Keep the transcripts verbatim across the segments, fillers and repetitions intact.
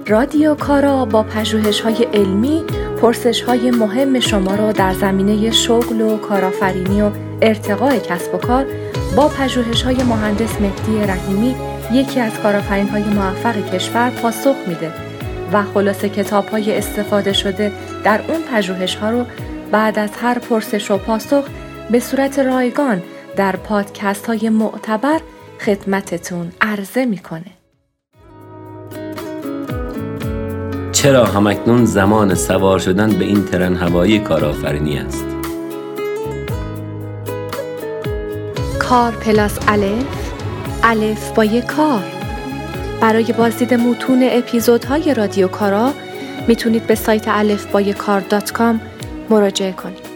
رادیو کارا با پژوهش‌های علمی پرسش‌های مهم شما را در زمینه شغل و کارآفرینی و ارتقاء کسب و کار با پژوهش‌های مهندس مهدی رحیمی، یکی از کارآفرین‌های موفق کشور، پاسخ میده و خلاصه کتاب‌های استفاده شده در اون پژوهش‌ها رو بعد از هر پرسش و پاسخ به صورت رایگان در پادکست‌های معتبر خدمتتون عرضه میکنه. چرا همکنون زمان سوار شدن به این ترن هوایی کارآفرینی است؟ کار پلاس الف، الف با یک کار. برای بازدید متون اپیزودهای رادیو کارا میتونید به سایت الف با یک کار دات کام مراجعه کنید.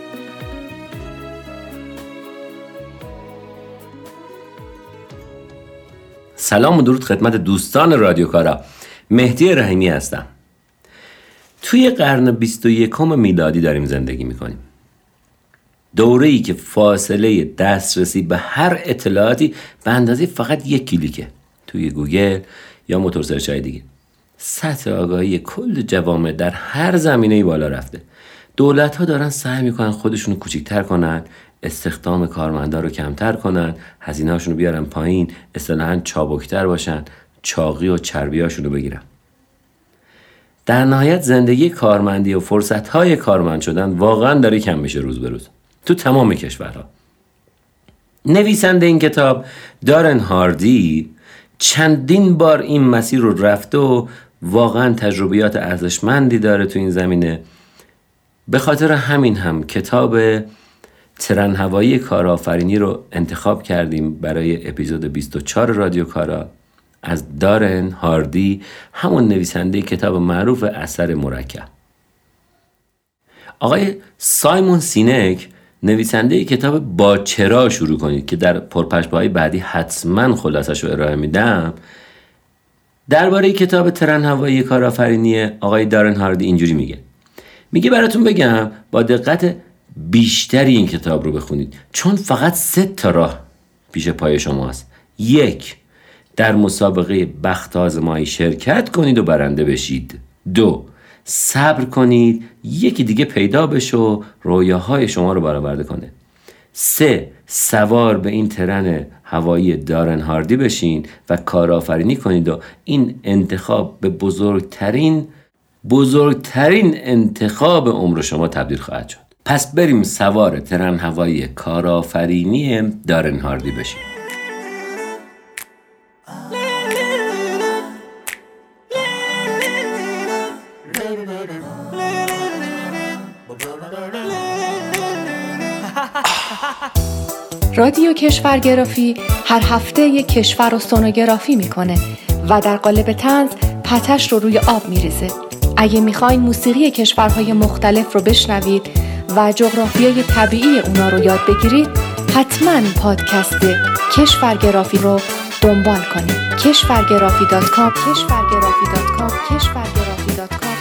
سلام و درود خدمت دوستان رادیو کارا. مهدی رحیمی هستم. توی قرن بیست و یکم میلادی داریم زندگی میکنیم. دوره‌ای که فاصله دسترسی به هر اطلاعاتی به اندازه فقط یک کلیکه توی گوگل یا موتور سرچ‌های دیگه. سطح آگاهی کل جوامع در هر زمینه‌ای بالا رفته. دولت‌ها دارن سعی میکنن خودشونو کوچیک‌تر کنن، استخدام کارمندا رو کمتر کنن، هزینه‌هاشون رو بیارن پایین، اصطلاحاً چابکتر باشن، چاقی و چربی‌هاشون رو بگیرن. در نهایت زندگی کارمندی و فرصت‌های کارمند شدن واقعاً داره کم میشه روز به روز تو تمام کشورها. نویسنده این کتاب دارن هاردی چندین بار این مسیر رو رفته و واقعاً تجربیات ارزشمندی داره تو این زمینه. به خاطر همین هم کتاب ترن هوایی کارآفرینی رو انتخاب کردیم برای اپیزود بیست و چهار رادیو کارا از دارن هاردی، همون نویسنده کتاب معروف اثر مرکب. آقای سایمون سینک نویسنده کتاب با چرا شروع کنید که در پرپژوهای بعدی حتما خلاصش رو ارائه میدم، درباره کتاب ترن هوایی کارآفرینی آقای دارن هاردی اینجوری میگه میگه براتون بگم با دقت بیشتری این کتاب رو بخونید، چون فقط سه تا راه پیش پای شماست. یک، در مسابقه بخت آزمایی شرکت کنید و برنده بشید. دو، صبر کنید یکی دیگه پیدا بشه و رویاهای شما رو برآورده کنه. سه، سوار به این ترن هوایی دارن هاردی بشین و کارآفرینی کنید و این انتخاب به بزرگترین بزرگترین انتخاب عمر شما تبدیل خواهد شد. پس بریم سوار ترن هوایی کارآفرینی دارن هاردی بشیم. رادیو کشورگرافی هر هفته یک کشور رو سونوگرافی میکنه و در قالب طنز پتش رو روی آب میریزه. اگه میخواین موسیقی کشورهای مختلف رو بشنوید و جغرافیای طبیعی اونا رو یاد بگیرید، حتما پادکست کشورگرافی رو دنبال کنید. کشورگرافی دات کام کشورگرافی دات کام کشورگرافی دات کام.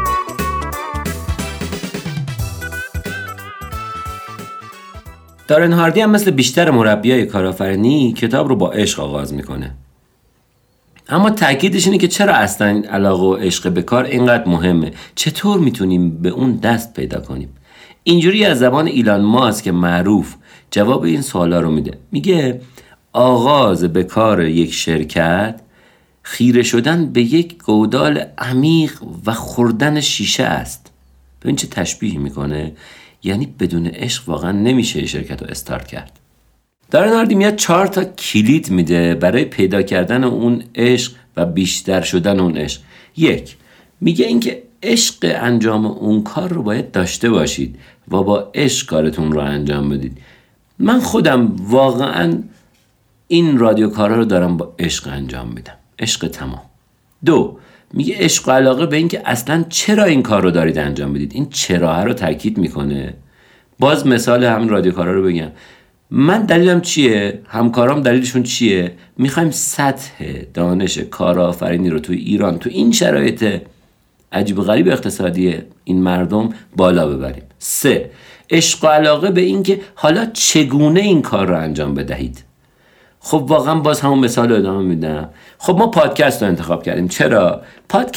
دارن هاردی هم مثل بیشتر مربیای کارآفرینی کتاب رو با عشق آغاز میکنه. اما تأکیدش اینه که چرا اصلا این علاقه و عشق به کار اینقدر مهمه؟ چطور میتونیم به اون دست پیدا کنیم؟ اینجوری از زبان ایلان ماسک که معروف جواب این سوالا رو میده. میگه آغاز به کار یک شرکت خیره شدن به یک گودال عمیق و خوردن شیشه است. ببین چه تشبیهی میکنه. یعنی بدون عشق واقعا نمیشه شرکت رو استارت کرد. دارن هاردی میاد چهار تا کلید میده برای پیدا کردن اون عشق و بیشتر شدن اون عشق. یک، میگه اینکه عشق انجام اون کار رو باید داشته باشید و با عشق کارتون رو انجام بدید. من خودم واقعا این رادیو کارا رو دارم با عشق انجام میدم. عشق تمام. دو، میگه عشق و علاقه به این که اصلا چرا این کار رو دارید انجام بدید. این چرا رو تاکید میکنه. باز مثال همین رادیو کارا رو بگم. من دلیلم چیه؟ همکارام دلیلشون چیه؟ میخوایم سطح دانش کارآفرینی رو توی ایران تو این شرایط عجیب و غریب اقتصادی این مردم بالا ببریم. سه، عشق و علاقه به این که حالا چگونه این کار رو انجام بدهید. خب واقعا باز همون مثال رو ادامه میدم. خب ما پادکست رو انتخاب کردیم. چرا؟ پادکست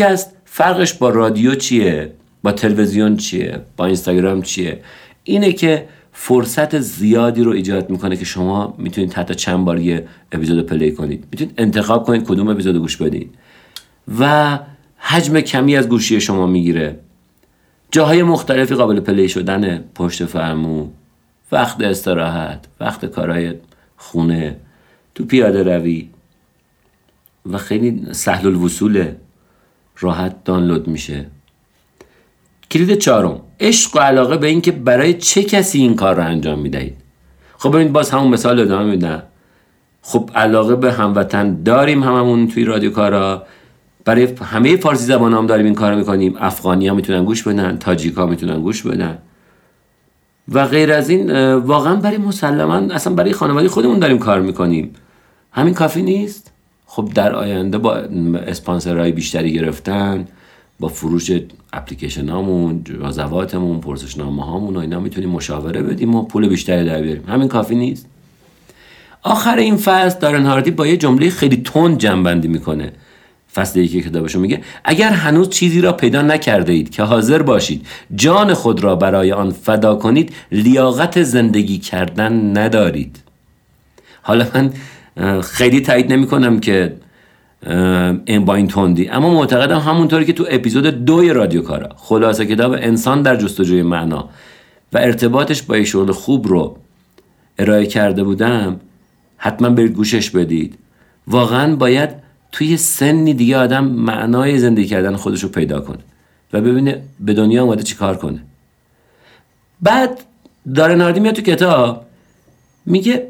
فرقش با رادیو چیه؟ با تلویزیون چیه؟ با اینستاگرام چیه؟ اینه که فرصت زیادی رو ایجاد میکنه که شما میتونید حتی چند بار یه اپیزود پلی کنید، میتونید انتخاب کنید کدوم اپیزود گوش بدید و حجم کمی از گوشی شما میگیره. جاهای مختلفی قابل پلی شدنه، پشت فرمون، وقت استراحت، وقت کارهای خونه، تو پیاده روی و خیلی سهل الوصوله، راحت دانلود میشه. کلید چهارم، عشق و علاقه به این که برای چه کسی این کار رو انجام میدهید. خب ببینید باز همون مثال ادامه میدم. خب علاقه به هموطن داریم هممون توی رادیو کارا، برای همه فارسی زبان هم داریم این کار رو میکنیم. افغانی ها میتونن گوش بدن، تاجیک ها میتونن گوش بدن و غیر از این. واقعا برای مسلما اصلا برای خانواده خودمون داریم کار میکنیم. همین کافی نیست؟ خب در آینده با اسپانسرهای بیشتری گرفتن، با فروش اپلیکیشن هامون، جزواتمون، پرسشنامه هامون و اینا میتونیم مشاوره بدیم و پول بیشتری در بیاریم. همین کافی نیست؟ آخر این فصل دارن هاردی با یه جمله خیلی تند جمع‌بندی میکنه. فصل یکی کتابشو میگه اگر هنوز چیزی را پیدا نکرده اید که حاضر باشید جان خود را برای آن فدا کنید، لیاقت زندگی کردن ندارید. حالا من خیلی تایید نمی کنم که این با این تندی، اما معتقدم همونطوری که تو اپیزود دوی رادیو کارا خلاصه کتاب انسان در جستجوی معنا و ارتباطش با یک شغل خوب رو ارائه کرده بودم، حتما برید گوشش بدید. واقعا باید توی سنی دیگه آدم معنای زندگی کردن خودش رو پیدا کنه و ببینه به دنیا اومده چی کار کنه. بعد دارن هاردی میاد تو کتاب میگه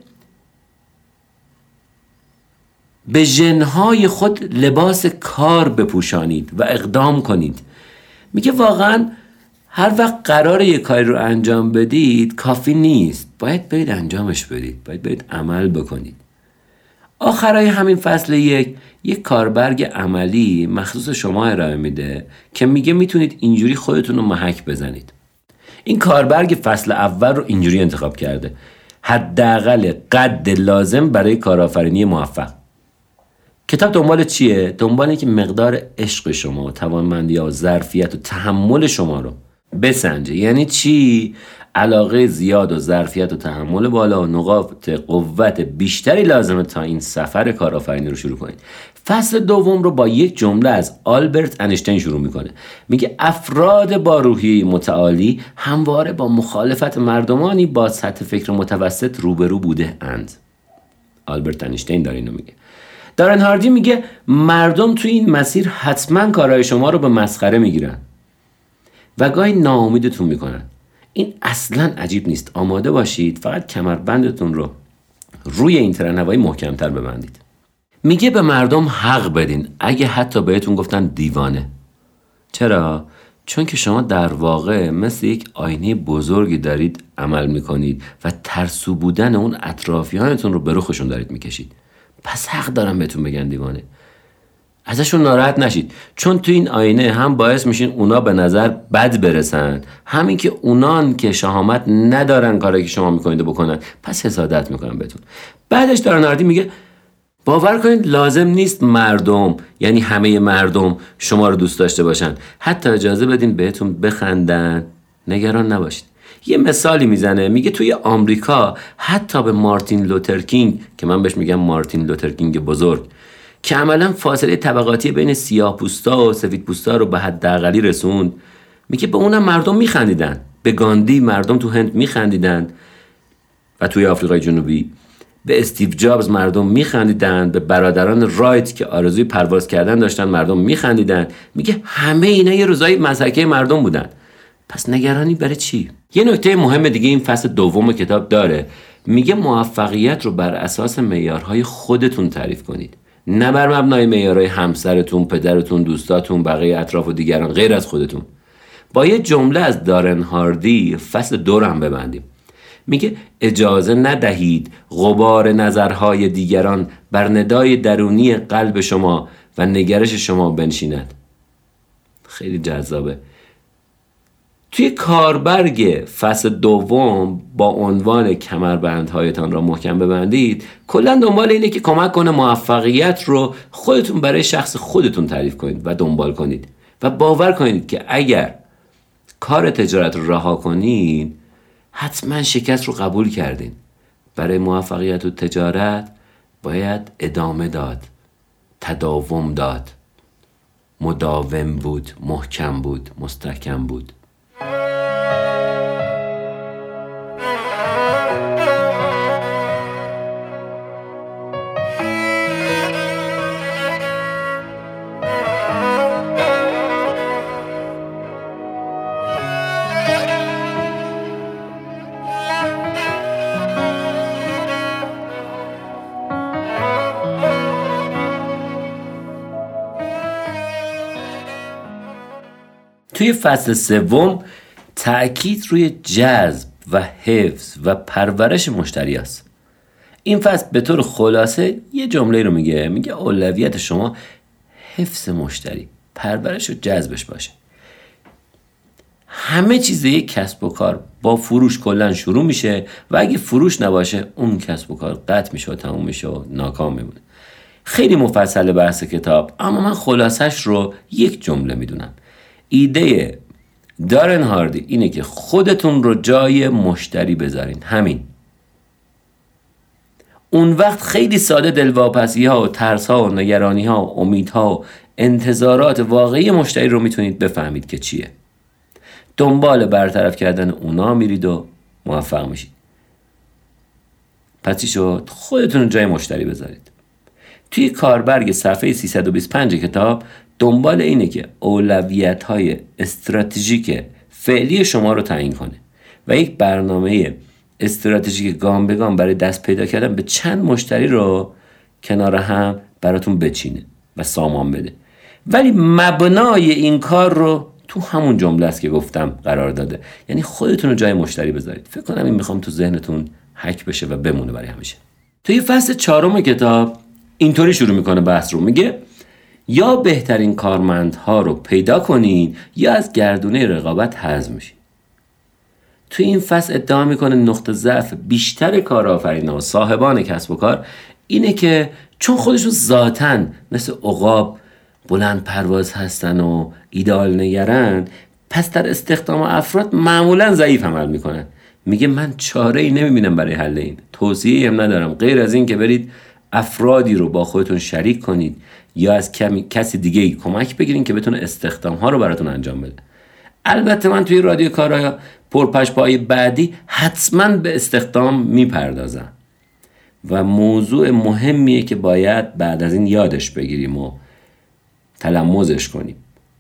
به ژن‌های خود لباس کار بپوشانید و اقدام کنید. میگه واقعا هر وقت قراره یه کاری رو انجام بدید کافی نیست، باید برید انجامش بدید، باید برید عمل بکنید. آخرای همین فصل یک یک کاربرگ عملی مخصوص شما ارائه میده که میگه میتونید اینجوری خودتون رو محک بزنید. این کاربرگ فصل اول رو اینجوری انتخاب کرده: حداقل قد لازم برای کارآفرینی موفق. کتاب دنبال چیه؟ دنبال اینه که مقدار عشق شما، توانمندی و ظرفیت و تحمل شما رو بسنجه. یعنی چی؟ علاقه زیاد و ظرفیت و تحمل بالا و نقاط قوت بیشتری لازمه تا این سفر کارآفرینی رو شروع کنید. فصل دوم رو با یک جمله از آلبرت انیشتین شروع میکنه. میگه افراد با روحیه متعالی همواره با مخالفت مردمانی با سطح فکر متوسط روبرو بوده اند. آلبرت انیشتین داره اینو میگه. دارن هاردی میگه مردم توی این مسیر حتما کارهای شما رو به مسخره میگیرن و گاهی ناامیدتون میکنن. این اصلا عجیب نیست. آماده باشید فقط کمربندتون رو روی این ترن هوایی محکمتر ببندید. میگه به مردم حق بدین اگه حتی بهتون گفتن دیوانه. چرا؟ چون که شما در واقع مثل یک آینه بزرگی دارید عمل میکنید و ترسو بودن اون اطرافیانتون رو به رخشون دارید میکشید. پس حق دارم بهتون بگن دیوانه. ازشون ناراحت نشید، چون تو این آینه هم باعث میشین اونا به نظر بد برسن، همین که اونان که شهامت ندارن کاری که شما میکنید بکنن، پس حسادت میکنن بهتون. بعدش دارن هاردی میگه باور کنید لازم نیست مردم، یعنی همه مردم شما رو دوست داشته باشن. حتی اجازه بدین بهتون بخندن، نگران نباشید. یه مثالی میزنه، میگه توی آمریکا حتی به مارتین لوتر کینگ، که من بهش میگم مارتین لوتر کینگ بزرگ، که عملا فاصله طبقاتی بین سیاه پوستا و سفید پوستا رو به حداقلی رسوند، میگه به اونم مردم میخندیدن. به گاندی مردم تو هند میخندیدن و توی آفریقای جنوبی. به استیو جابز مردم میخندیدن. به برادران رایت که آرزوی پرواز کردن داشتن مردم میخندیدن. میگه همه اینا یه روزای مضحکه مردم بودن. پس نگرانی برای چی؟ یه نکته مهم دیگه این فصل دوم کتاب داره. میگه موفقیت رو بر اساس معیارهای خودتون تعریف کنید، نه بر مبنای معیارهای همسرتون، پدرتون، دوستاتون، بقیه اطراف و دیگران غیر از خودتون. با یه جمله از دارن هاردی فصل دو رو هم ببندیم. میگه اجازه ندهید غبار نظرهای دیگران بر ندای درونی قلب شما و نگرش شما بنشیند. خیلی جذابه. توی کاربرگ فصل دوم با عنوان کمربندهایتان را محکم ببندید، کلا دنبال اینه که کمک کنه موفقیت رو خودتون برای شخص خودتون تعریف کنید و دنبال کنید و باور کنید که اگر کار تجارت رو رها کنین حتما شکست رو قبول کردین. برای موفقیت و تجارت باید ادامه داد، تداوم داد، مداوم بود، محکم بود، مستحکم بود. توی فصل سوم تأکید روی جذب و حفظ و پرورش مشتری است. این فصل به طور خلاصه یه جمله رو میگه میگه اولویت شما حفظ مشتری، پرورش و جذبش باشه. همه چیز یک کسب و کار با فروش کلن شروع میشه و اگه فروش نباشه اون کسب و کار قطع میشه و تموم میشه و ناکام میمونه. خیلی مفصل بحث کتاب، اما من خلاصش رو یک جمله میدونم. ایده دارن هاردی اینه که خودتون رو جای مشتری بذارین. همین. اون وقت خیلی ساده دلواپسی ها و ترس ها و نگرانی ها و امیدها و انتظارات واقعی مشتری رو میتونید بفهمید که چیه. دنبال برطرف کردن اونا میرید و موفق میشید. پس چی شد؟ خودتون رو جای مشتری بذارید. توی کاربرگ صفحه سیصد و بیست و پنج کتاب دنبال اینه که اولویت‌های استراتژیک فعلی شما رو تعیین کنه و یک برنامه استراتژیک گام به گام برای دست پیدا کردن به چند مشتری رو کنار هم براتون بچینه و سامان بده. ولی مبنای این کار رو تو همون جمله است که گفتم قرار داده. یعنی خودتون رو جای مشتری بذارید. فکر کنم این میخوام تو ذهنتون حک بشه و بمونه برای همیشه. توی فصل چهارم کتاب اینطوری شروع میکنه بحث رو. میگه یا بهترین کارمندها رو پیدا کنین یا از گردونه رقابت حذف میشین. توی این فصل ادعا میکنه نقطه ضعف بیشتر کارآفرینان و صاحبان کسب و کار اینه که چون خودشون ذاتاً مثل عقاب بلند پرواز هستن و ایدئال نگرن، پس در استخدام افراد معمولاً ضعیف عمل میکنن. میگه من چاره ای نمیبینم برای حل این. توصیه‌ای هم ندارم غیر از این که برید افرادی رو با خودتون شریک کنید یا از کمی کسی دیگه ای کمک بگیرین که بتونه استخدام ها رو براتون انجام بده. البته من توی رادیو کارهای پرپشپای بعدی حتما به استخدام میپردازم و موضوع مهمیه که باید بعد از این یادش بگیریم و تلموزش کنیم.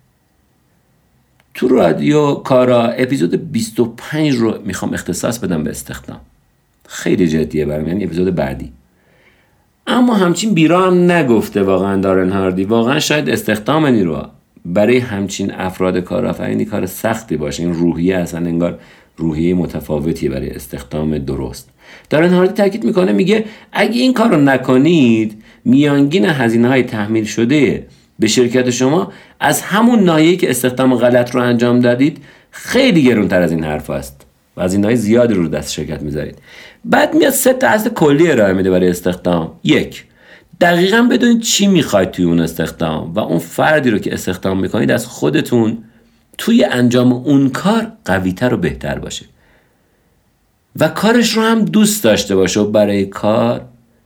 تو رادیو کارا اپیزود بیست و پنج رو میخوام اختصاص بدم به استخدام. خیلی جدیه برام، یعنی اپیزود بعدی. اما همچین بیرا هم نگفته واقعا دارن هاردی. واقعا شاید استخدام نیرو برای همچین افراد کارآفرینی کار سختی باشه. این روحیه اصلا انگار روحیه متفاوتیه برای استخدام درست. دارن هاردی تاکید میکنه، میگه اگه این کار رو نکنید میانگین هزینه‌های تحمیل شده به شرکت شما از همون ناحیه‌ای که استخدام غلط رو انجام دادید خیلی گرونتر از این حرف است و از این ناحیه زیادی رو دست شرکت میذارید. بعد میاد سه تا اصل کلی ارائه میده برای استخدام. یک، دقیقاً بدونید چی میخواید توی اون استخدام و اون فردی رو که استخدام میکنید از خودتون توی انجام اون کار قوی‌تر و بهتر باشه و کارش رو هم دوست داشته باشه و برای کار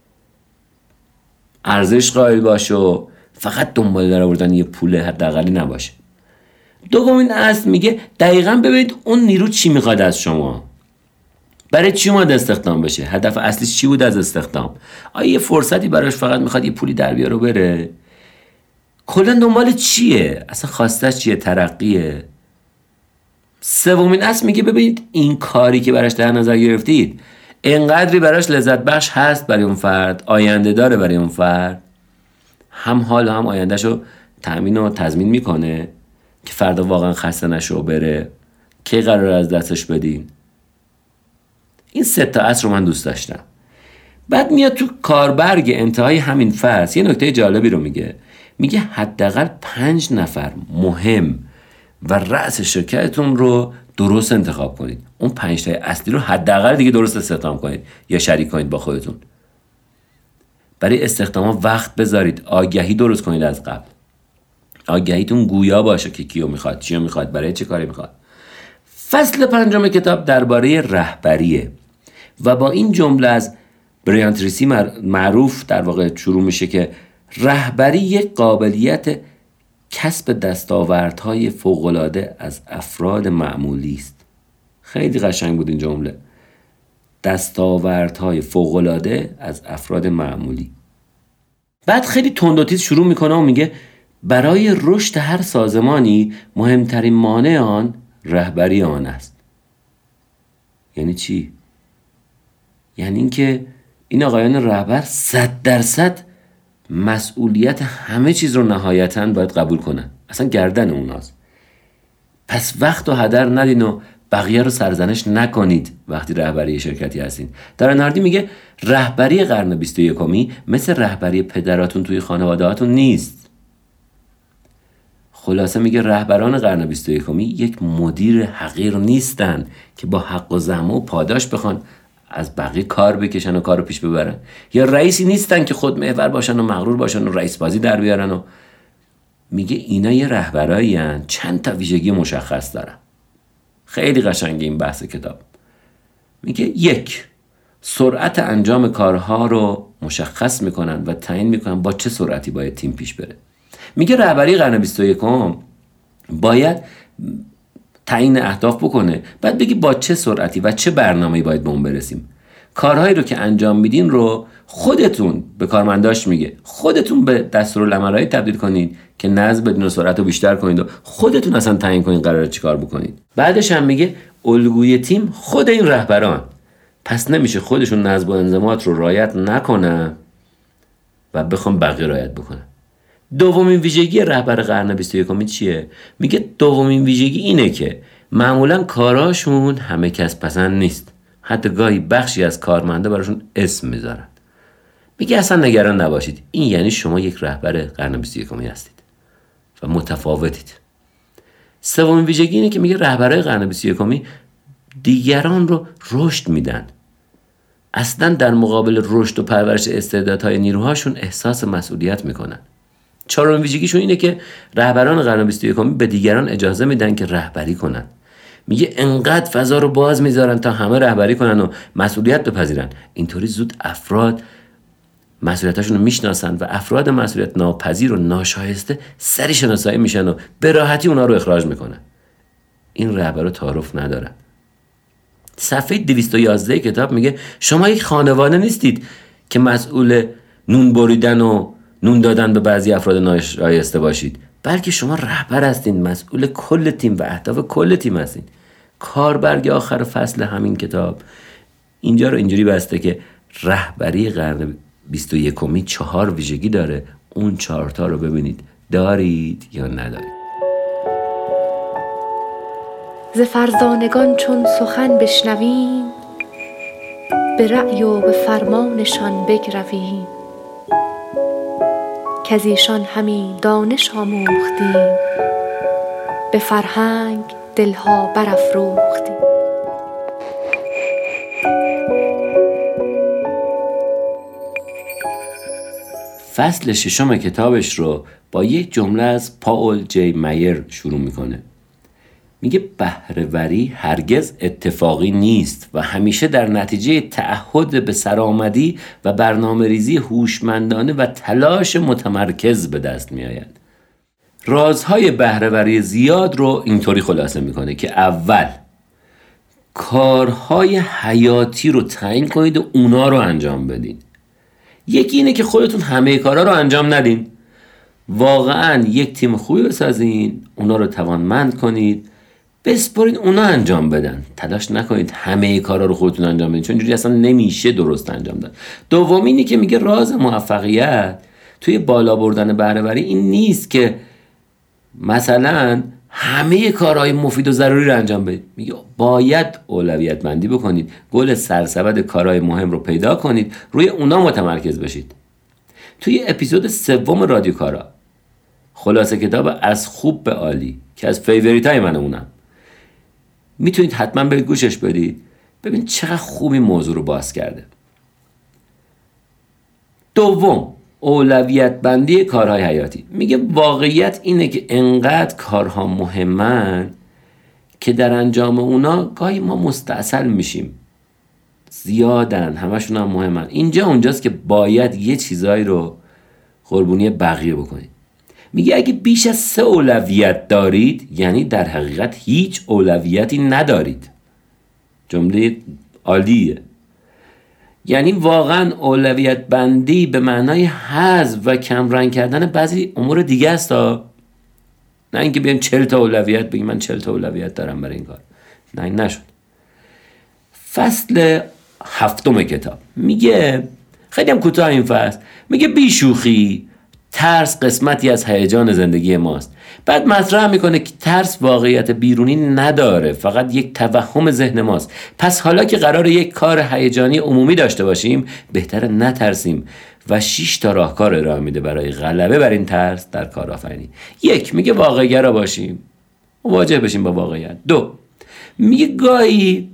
ارزش قائل باشه و فقط دنبال در آوردن یه پول حداقلی نباشه. دومین اصل میگه دقیقاً ببینید اون نیرو چی میخواد از شما، برای چی اومد استخدام بشه، هدف اصلیش چی بود از استخدام، آیا یه فرصتی براش فقط میخواد یه پولی در بیاره و بره، کلا دنبال چیه، اصلا خواستش چیه، ترقیه. سومین اصل میگه ببینید این کاری که براش در نظر گرفتید اینقدری براش لذت بخش هست برای اون فرد، آینده داره برای اون فرد، هم حال هم آیندهشو تأمین و تضمین میکنه که فردا واقعا خسته نشه و بره، کی قراره از دستش بدین. این سه تا اصل رو من دوست داشتم. بعد میاد تو کاربرگ انتهای همین فصل یه نکته جالبی رو میگه. میگه حداقل پنج نفر مهم و رأس شرکتتون رو درست انتخاب کنید. اون پنج تا اصلی رو حداقل دیگه درست استخدام کنید یا شریک کنید با خودتون. برای استخدام وقت بذارید، آگهی درست کنید از قبل. آگهیتون گویا باشه که کیو میخواد، چیو میخواد، برای چه کاری میخواد. فصل پنجم کتاب درباره رهبریه و با این جمله از بریان تریسی معروف در واقع شروع میشه که رهبری یک قابلیت کسب دستاوردهای فوق‌العاده از افراد معمولی است. خیلی قشنگ بود این جمله. دستاوردهای فوق‌العاده از افراد معمولی. بعد خیلی تند و تیز شروع میکنه و میگه برای رشد هر سازمانی مهمترین مانع آن رهبری آن است. یعنی چی؟ یعنی اینکه این آقایان رهبر صد درصد مسئولیت همه چیز رو نهایتاً باید قبول کنن. اصلا گردن اوناست. پس وقت و هدر ندین و بقیه رو سرزنش نکنید وقتی رهبری شرکتی هستین. دارن هاردی میگه رهبری قرن بیست و یکمی مثل رهبری پدراتون توی خانواده هاتون نیست. خلاصه میگه رهبران قرن بیست و یکمی یک مدیر حقیر نیستن که با حق و زحمه و پاداش بخوان از بقیه کار بکشن و کار رو پیش ببرن، یا رئیسی نیستن که خود محور باشن و مغرور باشن و رئیس بازی در بیارن. و میگه اینا یه رهبرایی هن چند تا ویژگی مشخص دارن. خیلی قشنگه این بحث کتاب. میگه یک، سرعت انجام کارها رو مشخص میکنن و تعیین میکنن با چه سرعتی باید تیم پیش بره. میگه رهبری قرن بیست و یکم باید تعیین اهداف بکنه، بعد بگی با چه سرعتی و چه برنامه‌ای باید به اون برسیم. کارهایی رو که انجام میدین رو خودتون به کارمنداش میگه خودتون به دستورالعمل‌های تبدیل کنید که نظم بدون سرعت رو بیشتر کنید و خودتون اصلا تعیین کنید قراره چیکار بکنید. بعدش هم میگه الگوی تیم خود این رهبران، پس نمیشه خودشون نظم و انضباط رو رعایت نکنن و بخوام بقیه رعایت بکنن. دومین ویژگی رهبر قرن بیست و یکم چیه؟ میگه دومین ویژگی اینه که معمولا کاراشون همه کس پسند نیست. حتی گاهی بخشی از کارمندا براشون اسم میذارن. میگه اصلا نگران نباشید، این یعنی شما یک رهبر قرن بیست و یکمی هستید و متفاوتید. سومین ویژگی اینه که میگه رهبرای قرن بیست و یکمی دیگران رو رشد میدن. اصلا در مقابل رشد و پرورش استعدادهای نیروهاشون احساس مسئولیت میکنن. چهارمین ویژگیشون اینه که رهبران قرن بیست و یکمی به دیگران اجازه میدن که رهبری کنن. میگه انقدر فضا رو باز میذارن تا همه رهبری کنن و مسئولیت بپذیرن. اینطوری زود افراد مسئولیتاشون رو میشناسن و افراد مسئولیت ناپذیر و ناشایسته سری شناسایی میشن و به راحتی اونا رو اخراج میکنن. این رهبرا تعارف ندارن. صفحه دویست و یازده کتاب میگه شما یک خانواده نیستید که مسئول نون بریدن و نون دادن به بعضی افراد ناشایسته باشید، بلکه شما رهبر هستین، مسئول کل تیم و اهداف کل تیم هستین. کاربرگ آخر فصل همین کتاب اینجا رو اینجوری بسته که رهبری قرن بیست و یکمی چهار ویژگی داره. اون چهارتا رو ببینید دارید یا ندارید. ز فرزانگان چون سخن بشنویم، به رأی و به فرمانشان بگرویم. که از ایشان همی دانش آموختیم، به فرهنگ دلها برافروختیم. فصل ششم کتابش رو با یک جمله از پاول جی مایر شروع میکنه. میگه بهره‌وری هرگز اتفاقی نیست و همیشه در نتیجه تعهد به سرآمدی و برنامه‌ریزی هوشمندانه و تلاش متمرکز به دست میآید. رازهای بهره‌وری زیاد رو اینطوری خلاصه میکنه که اول کارهای حیاتی رو تعیین کنید و اونا رو انجام بدین. یکی اینه که خودتون همه کارا رو انجام ندین. واقعاً یک تیم خوبی بسازین، اونا رو توانمند کنید، بسپارین اونا انجام بدن. تلاش نکنید همه کارا رو خودتون انجام بدین، چون اینجوری اصلا نمیشه درست انجام داد. دوم اینی که میگه راز موفقیت توی بالا بردن بهره‌وری این نیست که مثلا همه کارهای مفید و ضروری رو انجام بدید. میگه باید اولویت بندی بکنید، گل سرسبد کارهای مهم رو پیدا کنید، روی اونا متمرکز بشید. توی اپیزود سوم رادیو کارا، خلاصه کتاب از خوب به عالی که از فیوریتای من اونم، میتونید حتما برید گوشش بدید، ببین چقدر خوب این موضوع رو باز کرده. دوم، اولویت بندی کارهای حیاتی. میگه واقعیت اینه که انقدر کارها مهمن که در انجام اونا گاهی ما مستعسل میشیم. زیادن، همشون هم مهمن. اینجا اونجاست که باید یه چیزایی رو قربونی بقیه بکنید. میگه اگه بیش از سه اولویت دارید یعنی در حقیقت هیچ اولویتی ندارید. جمله عالیه. یعنی واقعا اولویت بندی به معنای حذف و کمرنگ کردن بعضی امور دیگه است ها. نه اینکه بیایم چهل تا اولویت بگیم من چهل تا اولویت دارم برای این کار. نه این نشد. فصل هفتم کتاب میگه، خیلی هم کوتاه این فصل، میگه بی شوخی ترس قسمتی از هیجان زندگی ماست. بعد مطرح میکنه که ترس واقعیت بیرونی نداره، فقط یک توهم ذهن ماست. پس حالا که قراره یک کار هیجانی عمومی داشته باشیم بهتره نترسیم و شش تا راهکار ارائه میده برای غلبه بر این ترس در کارآفرینی. یک، میگه واقع‌گرا باشیم، مواجه بشیم با واقعیت. دو، میگه گاهی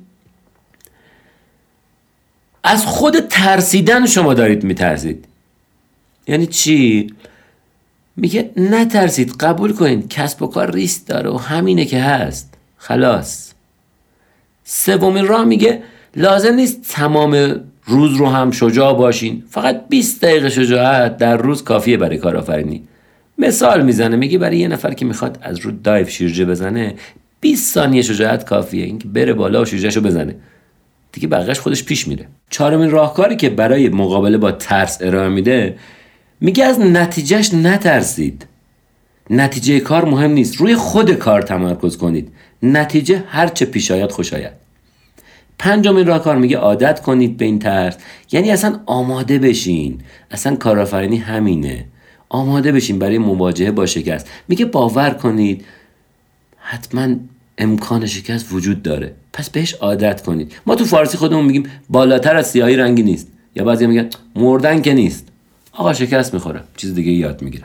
از خود ترسیدن شما دارید میترسید. یعنی چی؟ میگه نترسید، قبول کنید کسب و کار ریسک داره و همینه که هست، خلاص. سومین راه میگه لازم نیست تمام روز رو هم شجاع باشین، فقط بیست دقیقه شجاعت در روز کافیه برای کارآفرینی. مثال میزنه، میگه برای یه نفر که میخواد از رو دایو شیرجه بزنه بیست ثانیه شجاعت کافیه، اینکه بره بالا و شیرجهشو بزنه، دیگه بقیه‌اش خودش پیش میره. چهارمین راهکاری که برای مقابله با ترس ارائه میده، میگه از نتیجهش نترسید. نتیجه کار مهم نیست، روی خود کار تمرکز کنید، نتیجه هر چه پیش آید خوش آید. پنجمین راهکار میگه عادت کنید به این ترس، یعنی اصلا آماده بشین. اصلا کارآفرینی همینه، آماده بشین برای مواجهه با شکست. میگه باور کنید حتما امکان شکست وجود داره، پس بهش عادت کنید. ما تو فارسی خودمون میگیم بالاتر از سیاهی رنگی نیست، یا بعضی میگن مردن که نیست. آقا شکست میخورم، چیز دیگه یاد میگیرم.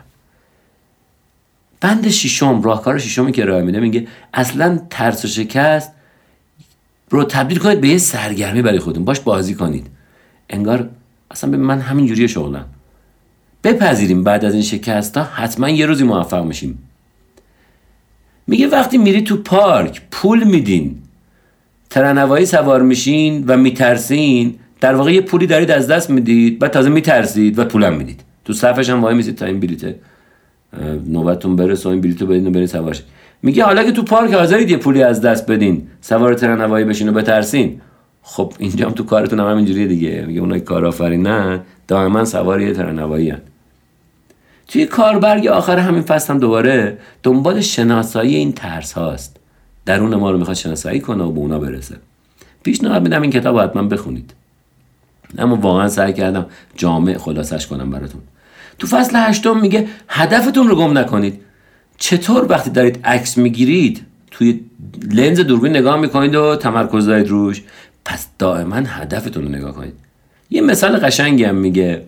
بند ششم، راهکار ششمی که ارائه میده، میگه اصلا ترس و شکست رو تبدیل کنید به یه سرگرمی برای خودتون، باش بازی کنید. انگار اصلا به من همین جوریه شغلم. بپذیریم بعد از این شکست ها حتما یه روزی موفق میشیم. میگه وقتی میری تو پارک پول میدین، ترنوایی سوار میشین و میترسین، در واقع یه پولی دارید از دست میدید، بعد تازه میترسید و پولم میدید. تو صفش هم وای میسید تا این بلیته نوبتتون برسه و این بلیتو بدین و برین سوار شید. میگه حالا که تو پارک حاضرید یه پولی از دست بدین، سوار ترنوایی بشین و بترسین، خب اینجا هم تو کارتون هم همینجوریه دیگه. میگه اونایی کارآفرینن دائما سوار یه ترنوایی هن. توی کاربرگ آخر همین فصل هم دوباره دنبال شناسایی این ترس هاست. درون ما رو میخواد شناسایی کنه و به اونا برسه. پیشنهاد میدم این کتاب رو حتما بخونید. اما واقعا سعی کردم جامع خلاصش کنم براتون. تو فصل هشتم میگه هدفتون رو گم نکنید. چطور وقتی دارید عکس میگیرید توی لنز دوربین نگاه میکنید و تمرکز دارید روش؟ پس دائما هدفتون رو نگاه کنید. یه مثال قشنگی هم میگه،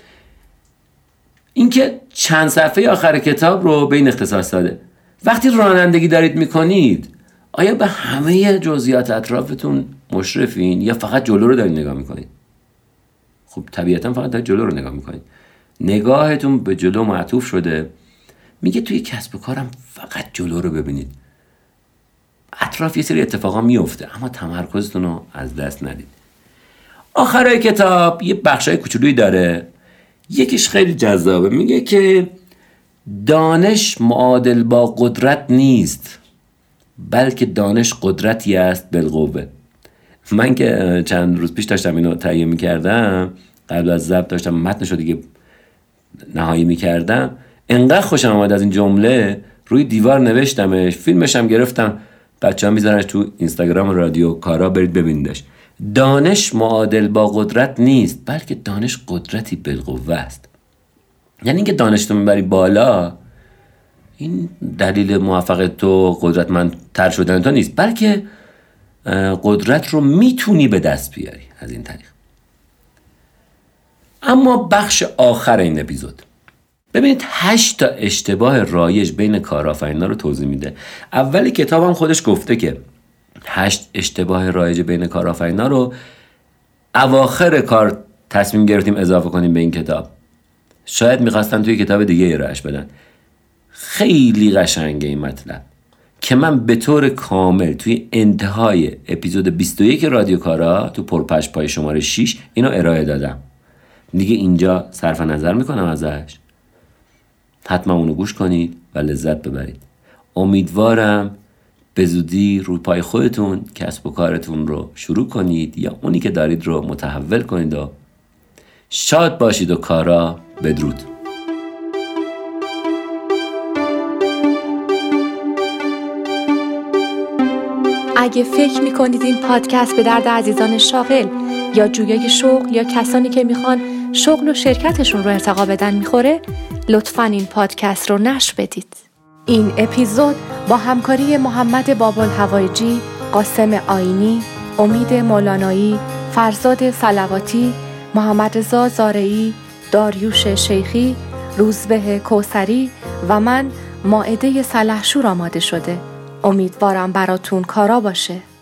اینکه چند صفحه آخر کتاب رو به این اختصاص داده. وقتی رانندگی دارید میکنید آیا به همه جزئیات اطرافتون مشرفین یا فقط جلو رو دارید نگاه میکنید؟ خب طبیعتا فقط دارید جلو رو نگاه میکنید. نگاهتون به جلو معطوف شده. میگه توی کسب و کارم فقط جلو رو ببینید. اطراف یه سری اتفاقا میفته اما تمرکزتون رو از دست ندید. آخرای کتاب یه بخشای کوچولویی داره، یکیش خیلی جذابه. میگه که دانش معادل با قدرت نیست، بلکه دانش قدرتی است بالقوه. من که چند روز پیش داشتم اینو تهیه میکردم، قبل از ضبط داشتم متنشو دیگه نهایی میکردم، انقدر خوشم آمد از این جمله روی دیوار نوشتمش، فیلمش هم گرفتم، بچه‌ها میذارنش تو اینستاگرام رادیو کارا، برید ببینیدش. دانش معادل با قدرت نیست، بلکه دانش قدرتی بالقوه است. یعنی اینکه دانشتو میبری بالا این دلیل موفقیت تو قدرتمندتر شدن تو نیست، بلکه قدرت رو میتونی به دست بیاری از این طریق. اما بخش آخر این اپیزود، ببینید هشت تا اشتباه رایج بین کارآفرینا رو توضیح میده. اولی کتابم خودش گفته که هشت اشتباه رایج بین کارآفرینا رو اواخر کار تصمیم گرفتیم اضافه کنیم به این کتاب. شاید میخواستن توی کتاب دیگه ارائهش بدن. خیلی قشنگه این مطلب که من به طور کامل توی انتهای اپیزود بیست و یک رادیو کارا تو پرپش پای شماره شش اینو ارائه دادم. دیگه اینجا صرف نظر میکنم ازش. حتما اونو گوش کنید و لذت ببرید. امیدوارم به زودی روی پای خودتون کسب و کارتون رو شروع کنید یا اونی که دارید رو متحول کنید و شاد باشید و کارا بدرود. اگه فکر میکنید این پادکست به درد عزیزان شاغل یا جویای شغل یا کسانی که میخوان شغل و شرکتشون رو ارتقا بدن میخوره، لطفاً این پادکست رو نشر بدید. این اپیزود با همکاری محمد بابالهوایجی، قاسم آینی، امید مولانایی، فرزاد صلواتی، محمد رضا زارعی، داریوش شیخی، روزبه کوثری و من مائده سلحشور آماده شده. امیدوارم براتون کارا باشه.